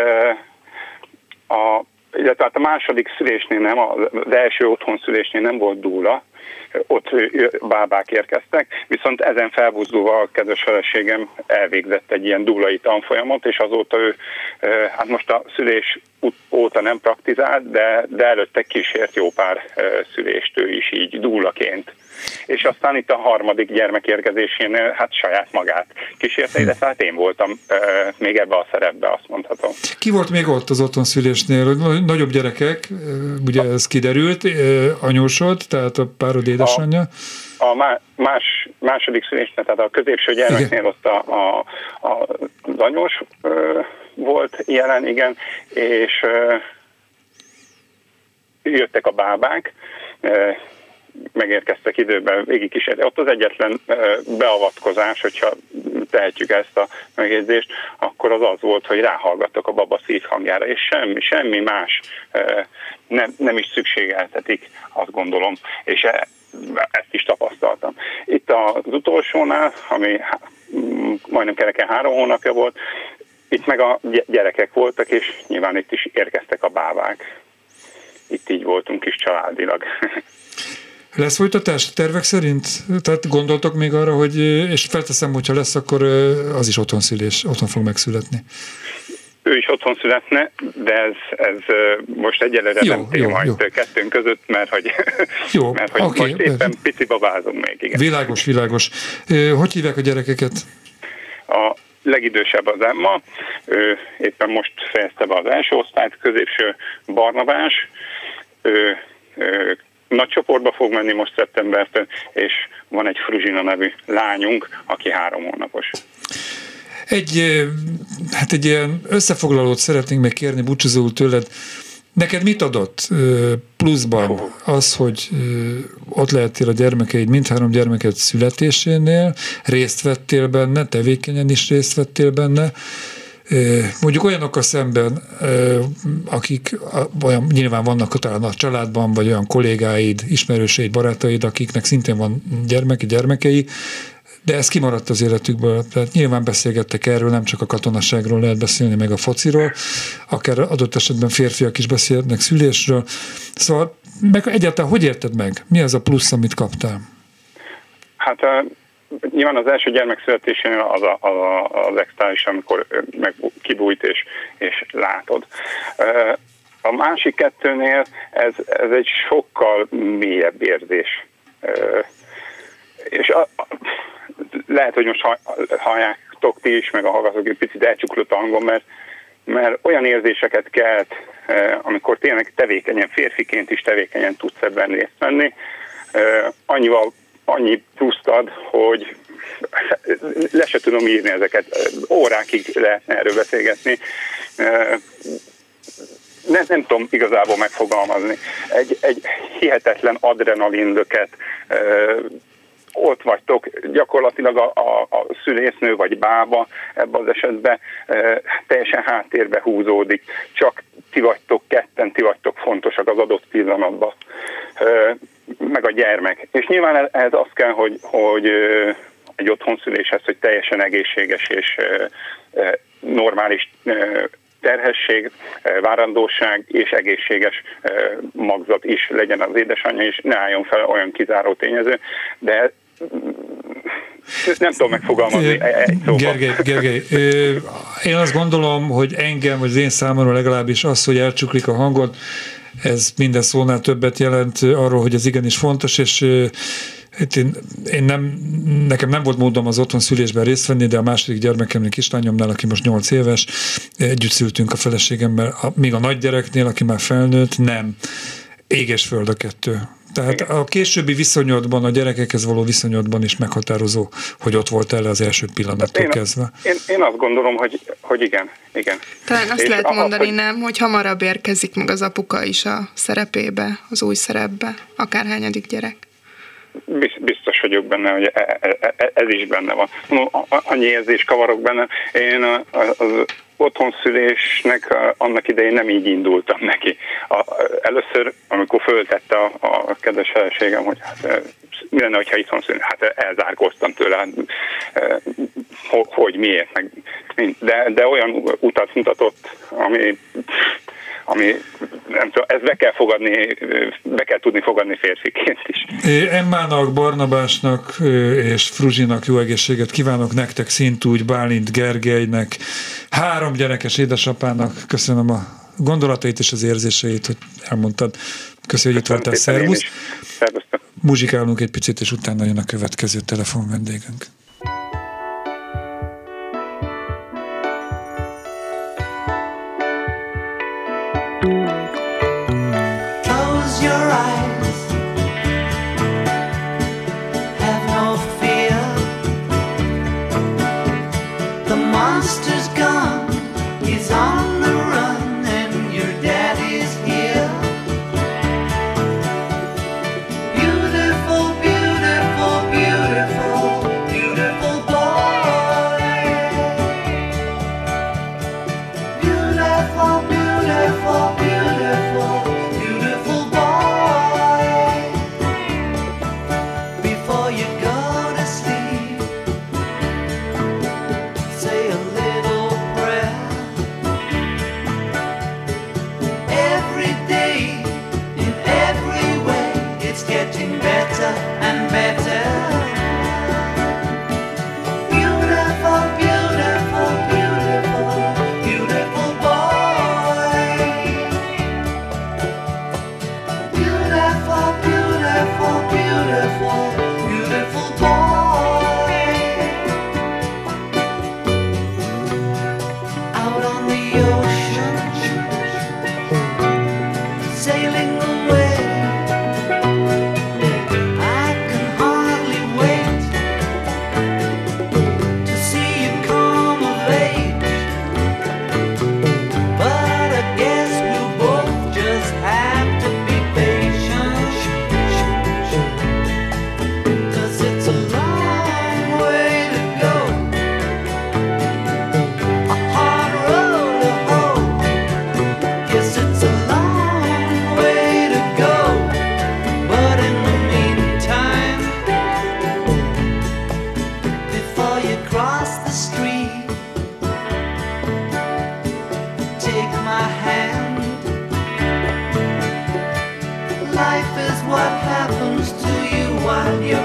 S7: a, illetve a második szülésnél nem, az első otthonszülésnél nem volt dúla, ott bábák érkeztek, viszont ezen felbuzdulva a kedves feleségem elvégzett egy ilyen dúlai tanfolyamot, és azóta ő, hát most a szülés óta nem praktizált, de, de előtte kísért jó pár szülést ő is így dúlaként. És aztán itt a harmadik gyermek érkezésénél hát saját magát kísérte, illetve hát én voltam e, még ebbe a szerepbe, azt mondhatom.
S2: Ki volt még ott az otthonszülésnél? Nagyobb gyerekek, ugye a, ez kiderült, anyósod, tehát a párod édesanyja?
S7: A, a más, második szülésnél, tehát a középső gyermeknél ott a, a, a, az anyós e, volt jelen, igen, és e, jöttek a bábák, e, megérkeztek időben, végig kísérni. Ott az egyetlen beavatkozás, hogyha tehetjük ezt a megjegyzést, akkor az az volt, hogy ráhallgattak a baba szívhangjára, és semmi, semmi más nem, nem is szükségeltetik, azt gondolom, és ezt is tapasztaltam. Itt az utolsónál, ami majdnem kereken három hónapja volt, itt meg a gyerekek voltak, és nyilván itt is érkeztek a bábák. Itt így voltunk is családilag.
S2: Lesz folytatás tervek szerint? Tehát gondoltok még arra, hogy, és felteszem, hogyha lesz, akkor az is otthonszülés, otthon fog megszületni.
S7: Ő is otthon születne, de ez, ez most egyelőre jó, nem téma itt kettőnk között, mert hogy, jó, mert, hogy okay, most éppen pici babázunk még. Igen.
S2: Világos, világos. Hogy hívják a gyerekeket?
S7: A legidősebb az Emma, ő éppen most fejezte be az első osztályt, középső Barnabás, ő, ő nagy csoportba fog menni most szeptembertől, és van egy Fruzsina nevű lányunk, aki három hónapos.
S2: Egy, hát egy ilyen összefoglalót szeretnénk meg kérni búcsúzóul tőled. Neked mit adott pluszban az, hogy ott lehettél a gyermekeid, mindhárom gyermeked születésénél, részt vettél benne, tevékenyen is részt vettél benne, mondjuk olyanokkal szemben, akik olyan, nyilván vannak talán a családban, vagy olyan kollégáid, ismerőseid, barátaid, akiknek szintén van gyermeki, gyermekei, de ez kimaradt az életükből. Tehát nyilván beszélgettek erről, nem csak a katonaságról lehet beszélni, meg a fociról, akár adott esetben férfiak is beszélnek szülésről. Szóval meg egyáltalán hogy érted meg? Mi az a plusz, amit kaptál?
S7: Hát nyilván az első gyermek születésénél az a, az, a, az extális, amikor meg kibújt és, és látod. A másik kettőnél ez, ez egy sokkal mélyebb érzés. És a, a, lehet, hogy most halljátok ti is, meg a hallgatók egy picit elcsuklott a hangom, mert, mert olyan érzéseket kelt, amikor tényleg tevékenyen, férfiként is tevékenyen tudsz ebben részt venni, annyival, annyi pluszt ad, hogy le se tudom írni ezeket, órákig lehetne erről beszélgetni. Nem, nem tudom igazából megfogalmazni. Egy, egy hihetetlen adrenalinlöket, ott vagytok, gyakorlatilag a, a, a szülésznő vagy bába ebben az esetben e, teljesen háttérbe húzódik, csak ti vagytok ketten, ti vagytok fontosak az adott pillanatban, e, meg a gyermek. És nyilván ez az kell, hogy, hogy egy otthonszüléshez, hogy teljesen egészséges és e, e, normális e, terhesség, várandóság és egészséges magzat is legyen az édesanyja, és ne álljon fel olyan kizáró tényező, de nem tudom megfogalmazni egy szóval.
S2: Gergely, Gergely, én azt gondolom, hogy engem, vagy az én számomra legalábbis az, hogy elcsuklik a hangod, ez minden szónál többet jelent arról, hogy ez igenis fontos, és én, én nem, nekem nem volt módom az otthon szülésben részt venni, de a második gyermekemnél, kislányomnál, aki most nyolc éves, együtt szültünk a feleségemmel, még a nagygyereknél, aki már felnőtt, nem. Ég és föld a kettő. Tehát a későbbi viszonyodban, a gyerekekhez való viszonyodban is meghatározó, hogy ott volt el az első pillanattól kezdve.
S7: Én, én azt gondolom, hogy, hogy igen, igen.
S4: Talán azt és lehet a, mondani, hogy nem, hogy hamarabb érkezik meg az apuka is a szerepébe, az új szerepbe, akárhányadik gyerek.
S7: Biztos vagyok benne, hogy ez is benne van. Annyi érzés kavarok benne. Én az otthonszülésnek annak idején nem így indultam neki. Először, amikor föltette a, a kedves feleségem, hogy hát mi lenne, hogyha itthon szülne, hát elzárkóztam tőle, hogy miért, meg, de, de olyan utat mutatott, ami ami nem tudom, ezt be kell fogadni, be kell tudni fogadni férfiként is.
S2: Emmának, Barnabásnak és Fruzsinak jó egészséget kívánok nektek, szintúgy Bálint Gergelynek, három gyerekes édesapának. Köszönöm a gondolatait és az érzéseit, hogy elmondtad. Köszönöm, hogy itt voltál. Szervusz. Muzsikálunk egy picit, és utána jön a következő telefon vendégünk.
S8: Close your eyes, have no fear. The monster's gone, he's on the run, and your daddy's here. Beautiful, beautiful, beautiful, beautiful.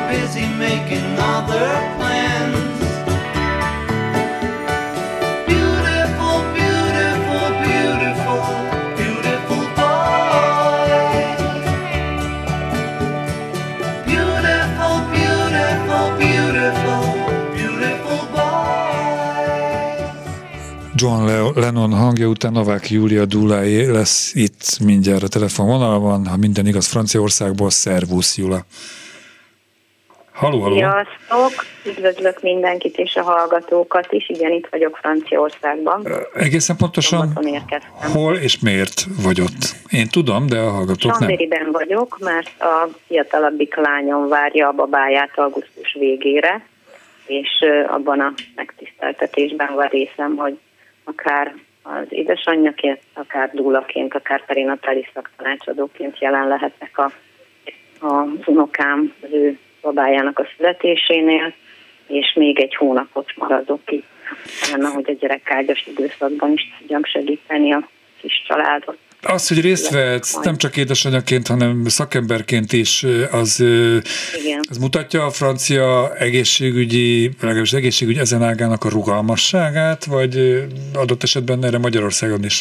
S8: busy making other plans. Beautiful, beautiful, beautiful, beautiful boy. Beautiful, beautiful, beautiful, beautiful boy.
S2: John Lennon hangja után Novák Júlia Dulláé lesz itt mindjárt a telefonvonalban, ha minden igaz, Franciaországból. Szervusz, Jula! Halló, halló!
S9: Sziasztok! Üdvözlök mindenkit és a hallgatókat is. Igen, itt vagyok Franciaországban.
S2: Egészen pontosan hol és miért vagy ott? Én tudom, de a hallgatók nem.
S9: Chambéryben vagyok, mert a fiatalabbik lányom várja a babáját augusztus végére, és abban a megtiszteltetésben van részem, hogy akár az édesanyjaként, akár dúlaként, akár perinatális szaktanácsadóként jelen lehetek a, a unokám, az ő babájának a születésénél, és még egy hónapot maradok itt, hogy a gyerekágyas időszakban is tudjam segíteni a kis családot.
S2: Az, hogy részt vehetsz nem csak édesanyaként, hanem szakemberként is, az, az mutatja a francia egészségügyi, legalábbis egészségügy ezen ágának a rugalmasságát, vagy adott esetben erre Magyarországon is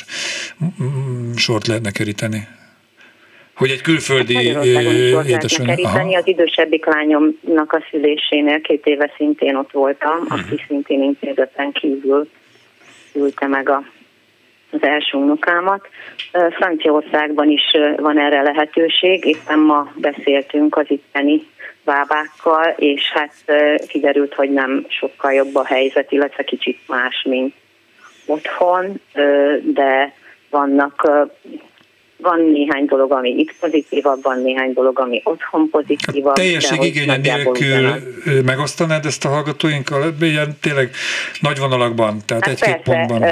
S2: sort lehetne keríteni? Hogy egy külföldi édesanyja...
S9: keríteni. Az idősebbik lányomnak a szülésénél két éve szintén ott voltam, uh-huh. aki szintén intézeten kívül ülte meg a az első unokámat. Franciaországban is van erre lehetőség, éppen ma beszéltünk az itteni bábákkal, és hát kiderült, hogy nem sokkal jobb a helyzet, illetve kicsit más, mint otthon, de vannak, van néhány dolog, ami itt pozitívabb, van néhány dolog, ami otthon pozitívabb.
S2: A teljesség igénye nélkül megosztanád ezt a hallgatóinkkal? Ilyen tényleg nagy vonalakban, tehát hát egy-két persze, pontban.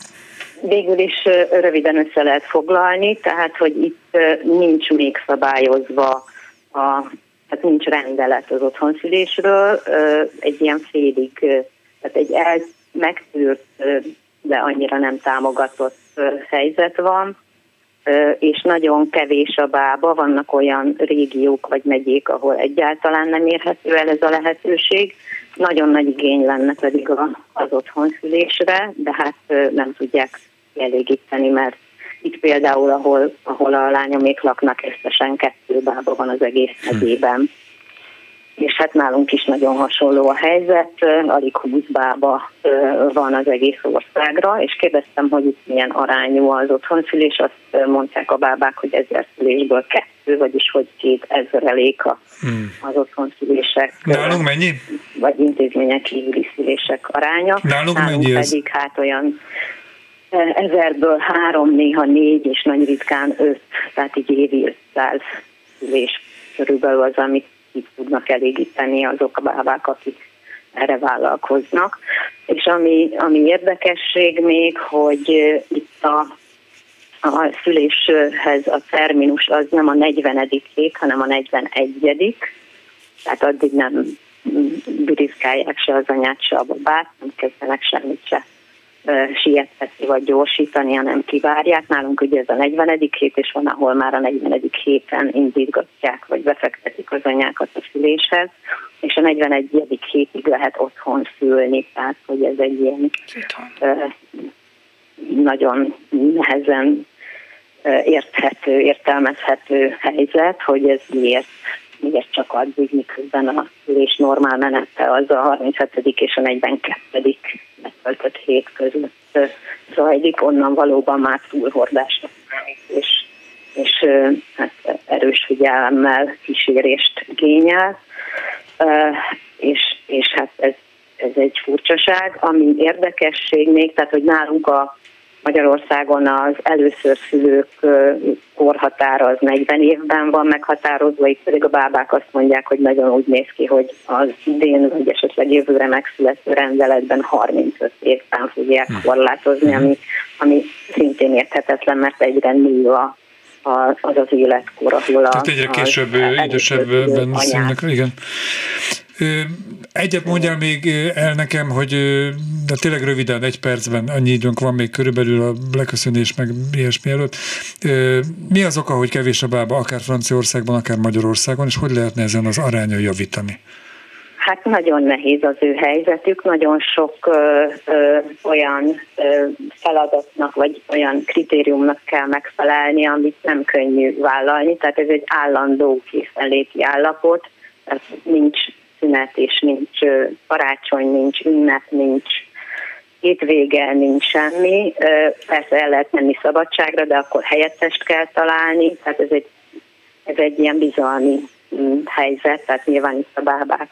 S9: Végül is röviden össze lehet foglalni, tehát, hogy itt nincs még szabályozva, a, tehát nincs rendelet az otthonszülésről, egy ilyen félig, tehát egy el, megtűrt, de annyira nem támogatott helyzet van, és nagyon kevés a bába, vannak olyan régiók vagy megyék, ahol egyáltalán nem érhető el ez a lehetőség. Nagyon nagy igény lenne pedig az otthonszülésre, de hát nem tudják elégíteni, mert itt például, ahol, ahol a lányomék laknak, összesen kettő bába van az egész megyében. És hát nálunk is nagyon hasonló a helyzet, alig húsz bába van az egész országra, és kérdeztem, hogy itt milyen arányú az otthonszülés, azt mondták a bábák, hogy ezer szülésből kettő, vagyis hogy két ezerelék az otthonszülések.
S2: Nálunk mennyi?
S9: Vagy intézmények kívüli szülések aránya.
S2: Nálunk,
S9: Nálunk
S2: mennyi ez?
S9: pedig hát olyan ezerből három, néha négy, és nagy ritkán öt, tehát így évi ötszáz szülés körülbelül az, amit itt tudnak elégíteni azok a bábák, akik erre vállalkoznak. És ami, ami érdekesség még, hogy itt a, a szüléshez a terminus az nem a negyvenedik hét, hanem a negyvenegyedik Tehát addig nem biriszkálják se az anyát, se a babát, nem kezdenek semmit se siettetni vagy gyorsítani, hanem kivárják. Nálunk ugye ez a negyvenedik hét, és van, ahol már a negyvenedik héten indítgatják, vagy befektetik az anyákat a szüléshez, és a negyvenegyedik hétig lehet otthon szülni, tehát hogy ez egy ilyen uh, nagyon nehezen uh, érthető, értelmezhető helyzet, hogy ez miért, miért csak addig, miközben a szülés normál menete az a harminchetedik és a negyvenkettedik betöltött hét között zajlik, onnan valóban már túlhordásra és, és hát erős figyelemmel kísérést igényel, és, és hát ez, ez egy furcsaság. Ami érdekesség még, tehát hogy nálunk a Magyarországon az először szülők korhatára az negyven évben van meghatározva, itt pedig a bábák azt mondják, hogy nagyon úgy néz ki, hogy az idén, vagy esetleg jövőre megszülető rendeletben harmincöt évben fogják korlátozni, ami, ami szintén érthetetlen, mert egyre nő a, a, az az életkor, ahol a...
S2: Tehát egyre később, idősebben szülnek, igen. Egyet mondjál még el nekem, hogy de tényleg röviden, egy percben, annyi időnk van még körülbelül a leköszönés, meg ilyesmi előtt. Mi az oka, hogy kevés a bába, akár Franciaországban, akár Magyarországon, és hogy lehetne ezen az arányon javítani?
S9: Hát nagyon nehéz az ő helyzetük, nagyon sok ö, ö, olyan ö, feladatnak, vagy olyan kritériumnak kell megfelelni, amit nem könnyű vállalni, tehát ez egy állandó készenléti állapot, tehát nincs szünet, és nincs ö, karácsony, nincs ünnep, nincs hétvége, nincs semmi. Ö, persze el lehet menni szabadságra, de akkor helyettest kell találni, tehát ez egy, ez egy ilyen bizalmi m, helyzet, tehát nyilván itt a bábák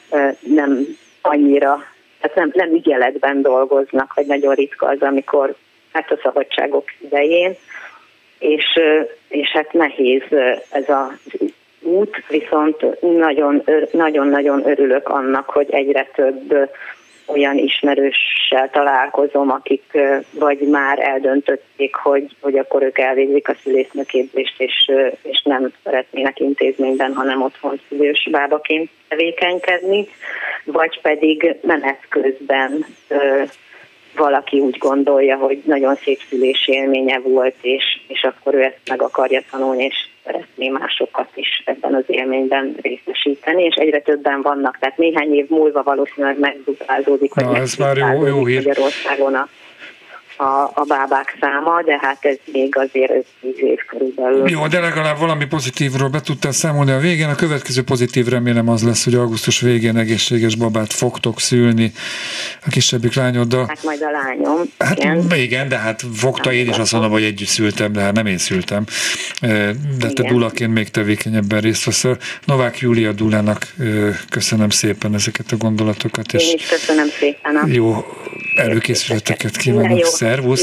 S9: nem annyira, tehát nem, nem ügyeletben dolgoznak, vagy nagyon ritka az, amikor hát a szabadságok idején, és, és hát nehéz ez az út, viszont nagyon, nagyon-nagyon örülök annak, hogy egyre több olyan ismerőssel találkozom, akik vagy már eldöntötték, hogy, hogy akkor ők elvégzik a szülésznőképzést, és, és nem szeretnének intézményben, hanem otthon szülős bábaként tevékenykedni, vagy pedig menet közben ö, valaki úgy gondolja, hogy nagyon szép szülés élménye volt, és, és akkor ő ezt meg akarja tanulni, és szeretné másokat is ebben az élményben részesíteni, és egyre többen vannak, tehát néhány év múlva valószínűleg megduplázódik, vagy megduplázódik Magyarországon a, a, a bábák száma, de hát ez még azért öt-tíz év körülbelül.
S2: Jó, de legalább valami pozitívról be tudtál számolni a végén. A következő pozitív remélem az lesz, hogy augusztus végén egészséges babát fogtok szülni a kisebbik lányoddal.
S9: Hát majd a lányom.
S2: Hát igen, igen de hát fogta, én is azt mondom, hogy együtt szültem, de hát nem én szültem. De te dulaként még tevékenyebben részt veszel. Novák Júlia Dulának köszönöm szépen ezeket a gondolatokat.
S9: Én is köszönöm szépen. A
S2: jó előkészületeket kívánok. Szervusz!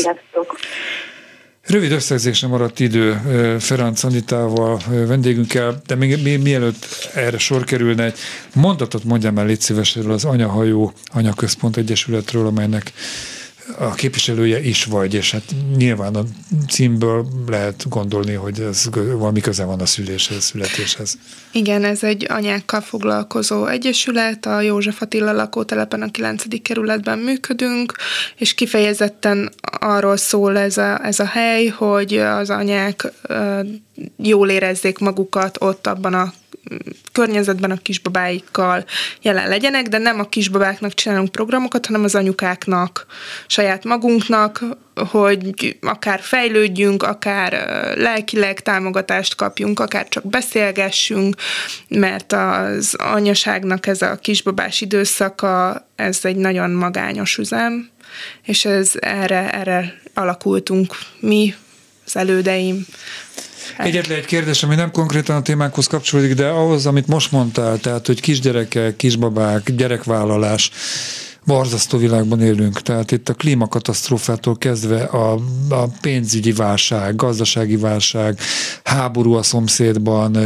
S2: Rövid összegzésre maradt idő Ferenc Anitával, vendégünkkel, de még mi, mielőtt erre sor kerülne, egy mondatot mondjam el, légy szíves, erről az Anyahajó Anyaközpont Egyesületről, amelynek a képviselője is vagy, és hát nyilván a címből lehet gondolni, hogy ez valami köze van a szüléshez, születéshez.
S4: Igen, ez egy anyákkal foglalkozó egyesület, a József Attila lakótelepen a kilencedik kerületben működünk, és kifejezetten arról szól ez a, ez a hely, hogy az anyák jól érezzék magukat ott abban a környezetben a kisbabáikkal jelen legyenek, de nem a kisbabáknak csinálunk programokat, hanem az anyukáknak, saját magunknak, hogy akár fejlődjünk, akár lelkileg támogatást kapjunk, akár csak beszélgessünk, mert az anyaságnak ez a kisbabás időszaka, ez egy nagyon magányos üzem, és ez erre, erre alakultunk mi, az elődeim.
S2: Egyetlen egy kérdés, ami nem konkrétan a témánkhoz kapcsolódik, de ahhoz, amit most mondtál, tehát, hogy kisgyerekek, kisbabák, gyerekvállalás, borzasztó világban élünk. Tehát itt a klímakatasztrófától kezdve a, a pénzügyi válság, gazdasági válság, háború a szomszédban,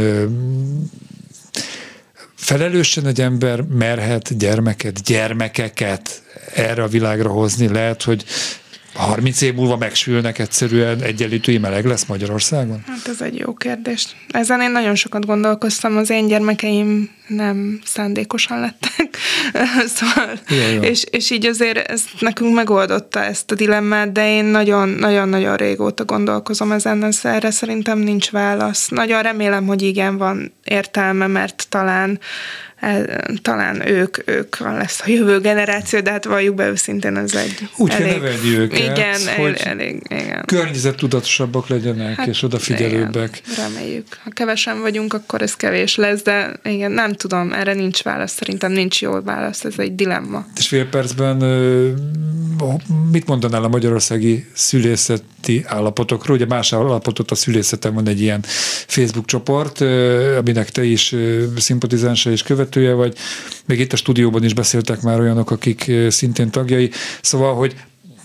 S2: felelősen egy ember merhet gyermeket, gyermekeket erre a világra hozni. Lehet, hogy harminc év múlva megsülnek egyszerűen, egyenlítői meleg lesz Magyarországon?
S4: Hát ez egy jó kérdés. Ezen én nagyon sokat gondolkoztam, az én gyermekeim nem szándékosan lettek. Szóval, jó, jó. És, és így azért ez nekünk megoldotta ezt a dilemmát, de én nagyon-nagyon-nagyon régóta gondolkozom ezen, ez erre szerintem nincs válasz. Nagyon remélem, hogy igen, van értelme, mert talán talán ők, ők lesz a jövő generáció, de hát valljuk be őszintén, ez egy
S2: úgy
S4: elég...
S2: kell nevelni őket,
S4: igen,
S2: hogy
S4: elég, igen.
S2: környezettudatosabbak legyenek, hát, és odafigyelőbbek.
S4: Igen, reméljük. Ha kevesen vagyunk, akkor ez kevés lesz, de igen, nem tudom, erre nincs válasz, szerintem nincs jó válasz, ez egy dilemma. És fél percben mit mondanál a magyarországi szülészeti állapotokról? Ugye más állapotot a szülészeten van egy ilyen Facebook csoport, aminek te is szimpatizánsa és követője vagy, még itt a stúdióban is beszéltek már olyanok, akik szintén tagjai, szóval, hogy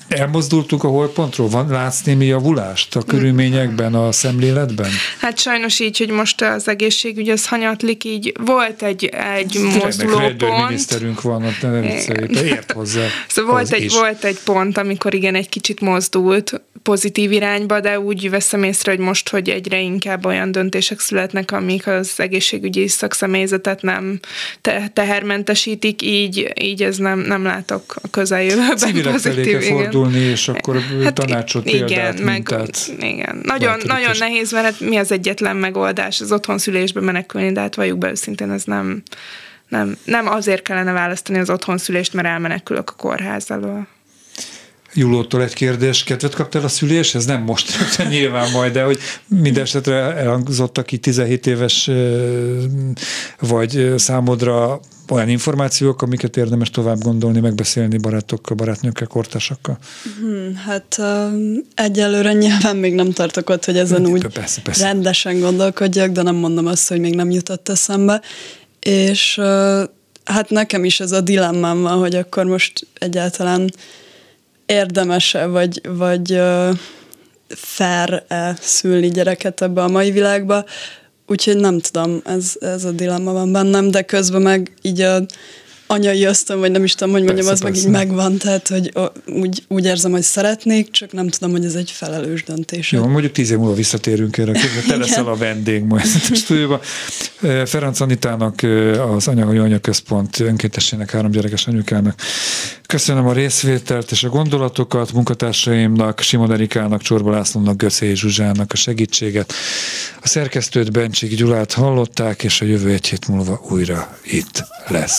S2: elmozdultunk a holtpontról? Van, látsz némi javulást a körülményekben, a szemléletben?
S4: Hát sajnos így, hogy most az egészségügy az hanyatlik, így volt egy, egy mozdulópont.
S2: Miniszterünk van, ott ne viccelj, ért hozzá.
S4: Szóval volt egy, volt egy pont, amikor igen, egy kicsit mozdult pozitív irányba, de úgy veszem észre, hogy most, hogy egyre inkább olyan döntések születnek, amik az egészségügyi szakszemélyzetet nem te- tehermentesítik, így, így ez nem, nem látok a közeljövőben
S2: civilek
S4: pozitív.
S2: Felé kell fordulni, és akkor hát tanácsot,
S4: igen,
S2: példát,
S4: meg,
S2: mintát.
S4: Igen, nagyon, nagyon nehéz, mert mi az egyetlen megoldás az otthonszülésbe menekülni, de hát valljuk be őszintén, ez nem, nem, nem azért kellene választani az otthonszülést, mert elmenekülök a kórház elől.
S2: Julótól egy kérdés, kedvet kaptál a szüléshez? Nem most, nyilván majd, de hogy mindesetre elhangzottak ki tizenhét éves vagy számodra olyan információk, amiket érdemes tovább gondolni, megbeszélni barátokkal, barátnőkkel, kortársakkal?
S10: Hmm, hát uh, egyelőre nyilván még nem tartok ott, hogy ezen úgy
S2: persze, persze.
S10: rendesen gondolkodjak, de nem mondom azt, hogy még nem jutott eszembe. És uh, hát nekem is ez a dilemmám van, hogy akkor most egyáltalán érdemes-e, vagy, vagy uh, fair-e szülni gyereket ebbe a mai világba. Úgyhogy nem tudom, ez, ez a dilemma van bennem, de közben meg így a anyai ösztön, vagy nem is tudom, hogy mondjam, persze, az persze. meg így megvan, tehát hogy úgy, úgy érzem, hogy szeretnék, csak nem tudom, hogy ez egy felelős döntés.
S2: Jó, mondjuk tíz év múlva visszatérünk erre, te leszel a vendég majd a stúdióban. Ferenc Anitának, az Anyahajú Anyaközpont önkéntesének, három gyerekes anyukának köszönöm a részvételt és a gondolatokat, munkatársaimnak, Simon Erikának, Csorba Lászlónak, Göcé Zsuzsának a segítséget. A szerkesztőt, Bencsik Gyulát hallották, és a jövő egy hét múlva újra itt lesz.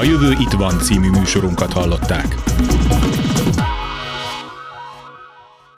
S1: Jövő itt van című műsorunkat hallották.